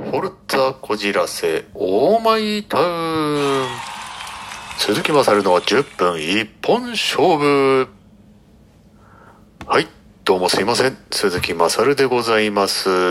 フォルツァこじらせオーマイタウン。鈴木まさるの10分一本勝負。はい、どうもすいません、鈴木まさるでございます。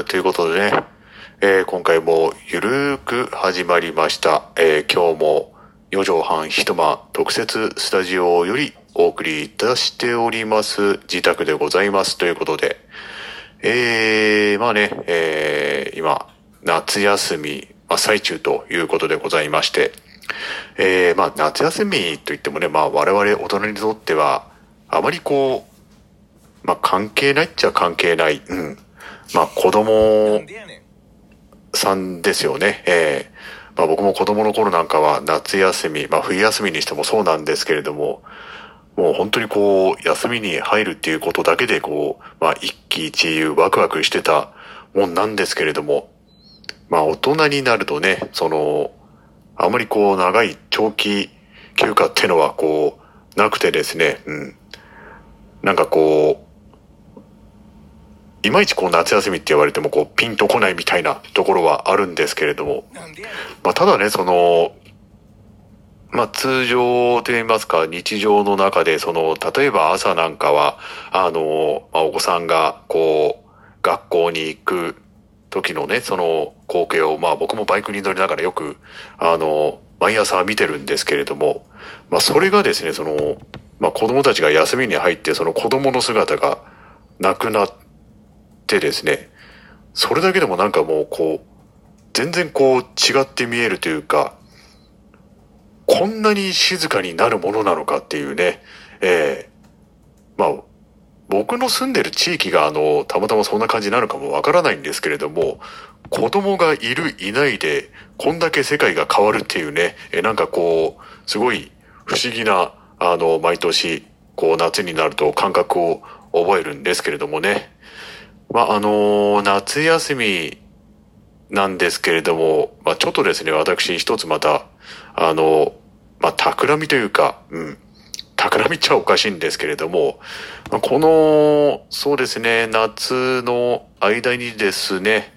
ということでね、今回もゆるーく始まりました。今日も4畳半一間特設スタジオよりお送りいたしております自宅でございますということで、まあね、今夏休み真っ最中ということでございまして、まあ夏休みといってもね、まあ我々大人にとってはあまりこう、まあ関係ないっちゃ関係ない、まあ子供さんですよね。まあ僕も子供の頃なんかは夏休み、まあ冬休みにしてもそうなんですけれども、もう本当にこう休みに入るっていうことだけでこう、まあ一喜一憂ワクワクしてたもんなんですけれども、まあ大人になるとね、あまりこう長い長期休暇ってのはこうなくてですね、なんかこう、いまいちこう夏休みって言われてもこうピンとこないみたいなところはあるんですけれども、まあただね、まあ通常と言いますか日常の中で例えば朝なんかはまあお子さんがこう学校に行く時のね、その光景をまあ僕もバイクに乗りながらよく毎朝見てるんですけれども、まあそれがですね、まあ子供たちが休みに入ってその子供の姿がなくなってですね、それだけでもなんかもうこう全然こう違って見えるというか、こんなに静かになるものなのかっていうね、まあ僕の住んでる地域がたまたまそんな感じなのかもわからないんですけれども、子供がいるいないでこんだけ世界が変わるっていうね、なんかこうすごい不思議な毎年こう夏になると感覚を覚えるんですけれどもね。まあ夏休みなんですけれども、まあちょっとですね、私一つまたまあ企みというか、企みっちゃおかしいんですけれども、まあこのそうですね、夏の間にですね、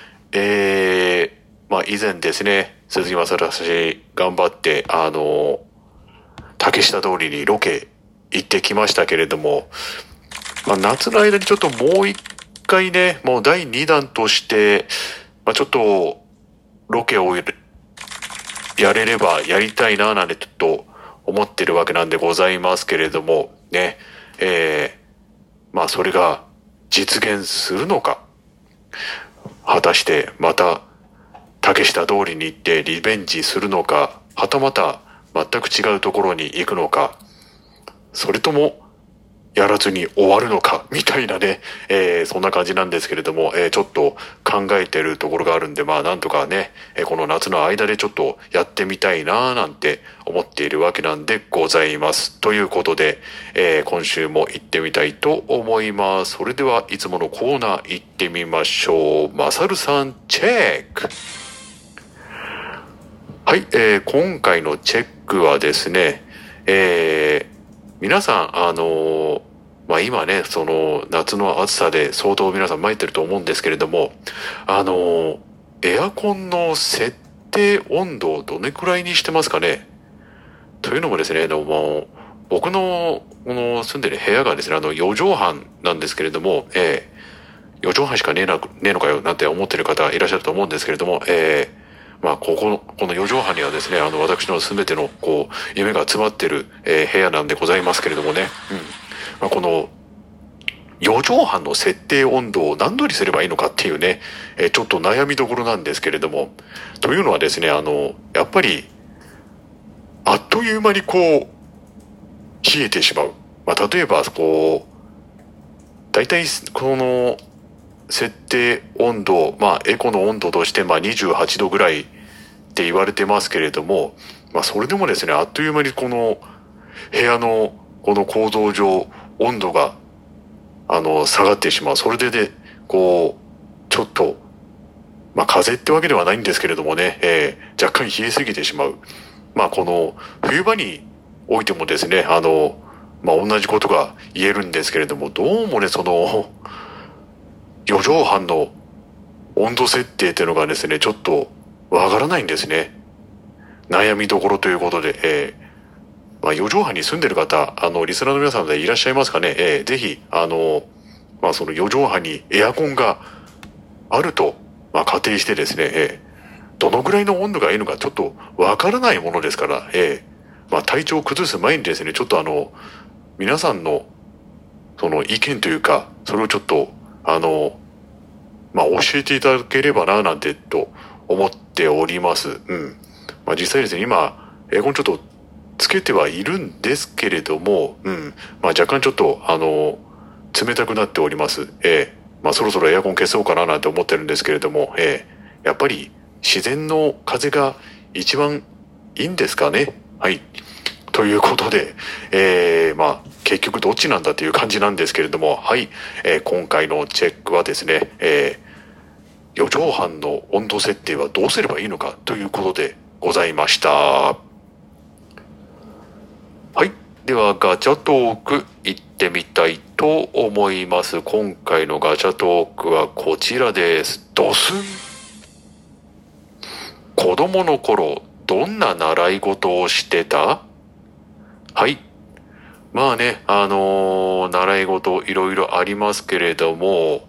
まあ以前ですね、鈴木正氏頑張って竹下通りにロケ行ってきましたけれども、まあ夏の間にちょっともう一回ね、もう第2弾として、まあちょっとロケをやれればやりたいななんてちょっと思ってるわけなんでございますけれどもね、まあそれが実現するのか、果たしてまた竹下通りに行ってリベンジするのか、はたまた全く違うところに行くのか、それともやらずに終わるのかみたいなね、そんな感じなんですけれども、ちょっと考えてるところがあるんで、まあなんとかね、この夏の間でちょっとやってみたいななんて思っているわけなんでございます。ということで、今週も行ってみたいと思います。それではいつものコーナー行ってみましょう。まさるさんチェック。はい、今回のチェックはですね、皆さん、まあ、今ね、夏の暑さで相当皆さん参ってると思うんですけれども、エアコンの設定温度をどれくらいにしてますかね。というのもですね、僕の、この住んでる部屋がですね、4畳半なんですけれども、4畳半しかねえのかよ、なんて思ってる方いらっしゃると思うんですけれども、まあ、この4畳半にはですね、私のすべての、こう、夢が詰まってる、部屋なんでございますけれどもね。まあ、この、4畳半の設定温度を何度にすればいいのかっていうね、ちょっと悩みどころなんですけれども。というのはですね、やっぱり、あっという間にこう、冷えてしまう。まあ、例えば、こう、大体、この、設定温度、まあ、エコの温度として、まあ、28度ぐらいって言われてますけれども、まあ、それでもですね、あっという間にこの部屋のこの構造上、温度が、下がってしまう。それでね、こう、ちょっと、まあ、風邪ってわけではないんですけれどもね、若干冷えすぎてしまう。まあ、この、冬場においてもですね、まあ、同じことが言えるんですけれども、どうもね、4畳半の温度設定っていうのがですね、ちょっとわからないんですね。悩みどころということで、四畳半に住んでる方、リスナーの皆さんでいらっしゃいますかね。ぜひ、その四畳半にエアコンがあると、仮定してですね、どのぐらいの温度がいいのかちょっとわからないものですから、体調を崩す前にですね、ちょっと皆さんの、その意見というか、それをちょっと、教えていただければな、なんて、と思っております。うん。実際ですね、今、エアコンちょっとつけてはいるんですけれども、うん。若干ちょっと、冷たくなっております。そろそろエアコン消そうかななんて思ってるんですけれども、やっぱり自然の風が一番いいんですかね。はい。ということで、結局どっちなんだっていう感じなんですけれども、はい。今回のチェックはですね、四畳半の温度設定はどうすればいいのかということでございました。はい。ではガチャトーク行ってみたいと思います。今回のガチャトークはこちらです。ドスン。子供の頃、どんな習い事をしてた？はい。習い事いろいろありますけれども、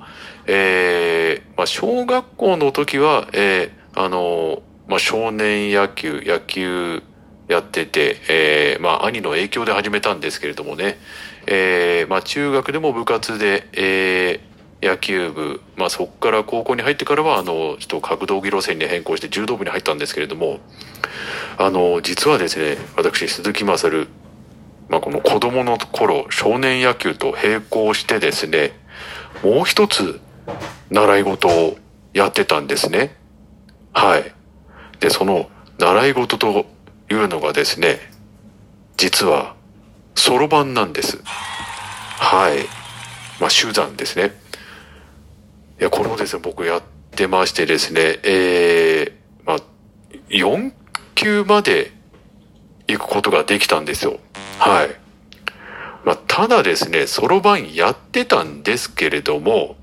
小学校の時は、少年野球やってて、兄の影響で始めたんですけれどもね、中学でも部活で、野球部、そこから高校に入ってからは、ちょっと格闘技路線に変更して柔道部に入ったんですけれども、実はですね、私、鈴木勝、この子供の頃、少年野球と並行してですね、もう一つ、習い事をやってたんですね。はい。で、その習い事というのがですね、実は、そろばんなんです。はい。手段ですね。いや、これをですね、僕やってましてですね、4級まで行くことができたんですよ。はい。ただですね、そろばんやってたんですけれども、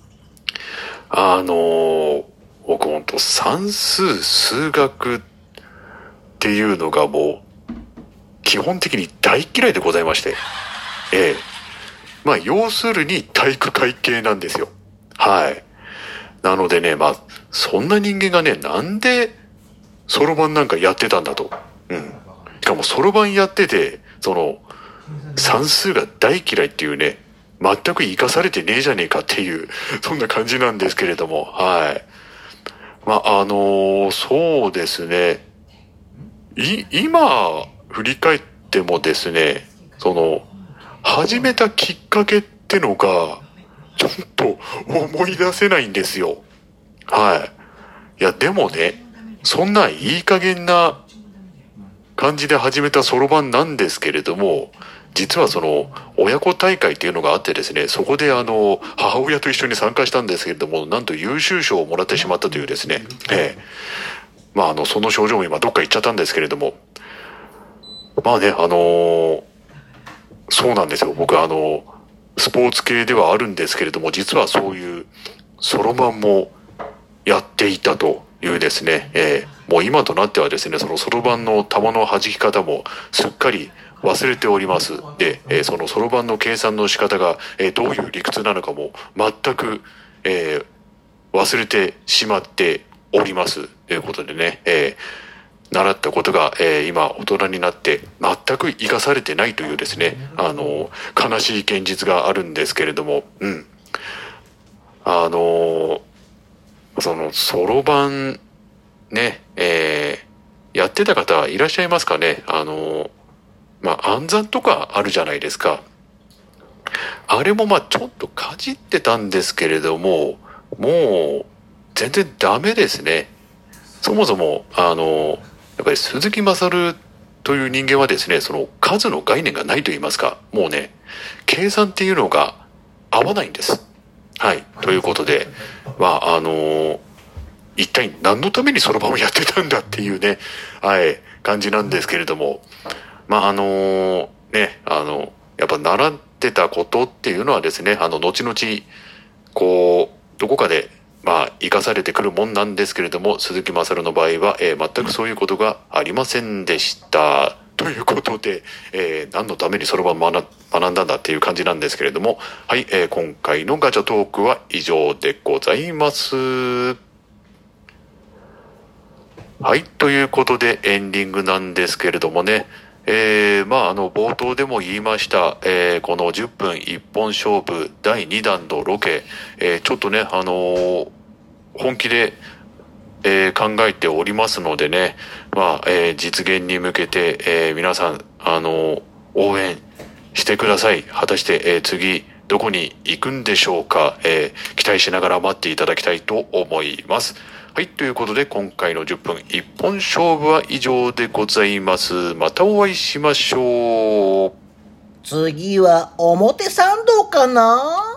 僕ほんと算数、数学っていうのがもう、基本的に大嫌いでございまして。要するに体育会系なんですよ。はい。なのでね、そんな人間がね、なんで、そろばんなんかやってたんだと。うん。しかもそろばんやってて、算数が大嫌いっていうね、全く活かされてねえじゃねえかっていう、そんな感じなんですけれども、はい。そうですね。今、振り返ってもですね、始めたきっかけってのが、ちょっと思い出せないんですよ。はい。いや、でもね、そんないい加減な感じで始めたそろばんなんですけれども、実は親子大会っていうのがあってですね、そこで母親と一緒に参加したんですけれども、なんと優秀賞をもらってしまったというですね、その症状も今どっか行っちゃったんですけれども、そうなんですよ。僕スポーツ系ではあるんですけれども、実はそういうそろばんもやっていたというですね、もう今となってはですね、そのそろばんの球の弾き方もすっかり忘れております。で、そのそろばんの計算の仕方が、どういう理屈なのかも全く、忘れてしまっております。ということでね、習ったことが、今大人になって全く活かされてないというですね、悲しい現実があるんですけれども、うん。そろばん、ね、やってた方いらっしゃいますかね。暗算とかあるじゃないですか。あれもちょっとかじってたんですけれども、もう、全然ダメですね。そもそも、やっぱり鈴木勝という人間はですね、その数の概念がないと言いますか、もうね、計算っていうのが合わないんです。はい。ということで、一体何のためにそろばんをやってたんだっていうね、はい、感じなんですけれども、やっぱ習ってたことっていうのはですね、後々、どこかで生かされてくるもんなんですけれども、鈴木勝の場合は、全くそういうことがありませんでした。ということで、何のためにそろばん学んだんだっていう感じなんですけれども、はい、今回のガチャトークは以上でございます。はい、ということでエンディングなんですけれどもね、冒頭でも言いました、この10分一本勝負第2弾のロケ、ちょっとね、本気で、考えておりますのでね、実現に向けて、皆さん、応援してください。果たして、次、どこに行くんでしょうか、期待しながら待っていただきたいと思います。はい、ということで今回の10分一本勝負は以上でございます。またお会いしましょう。 次は表参道かな？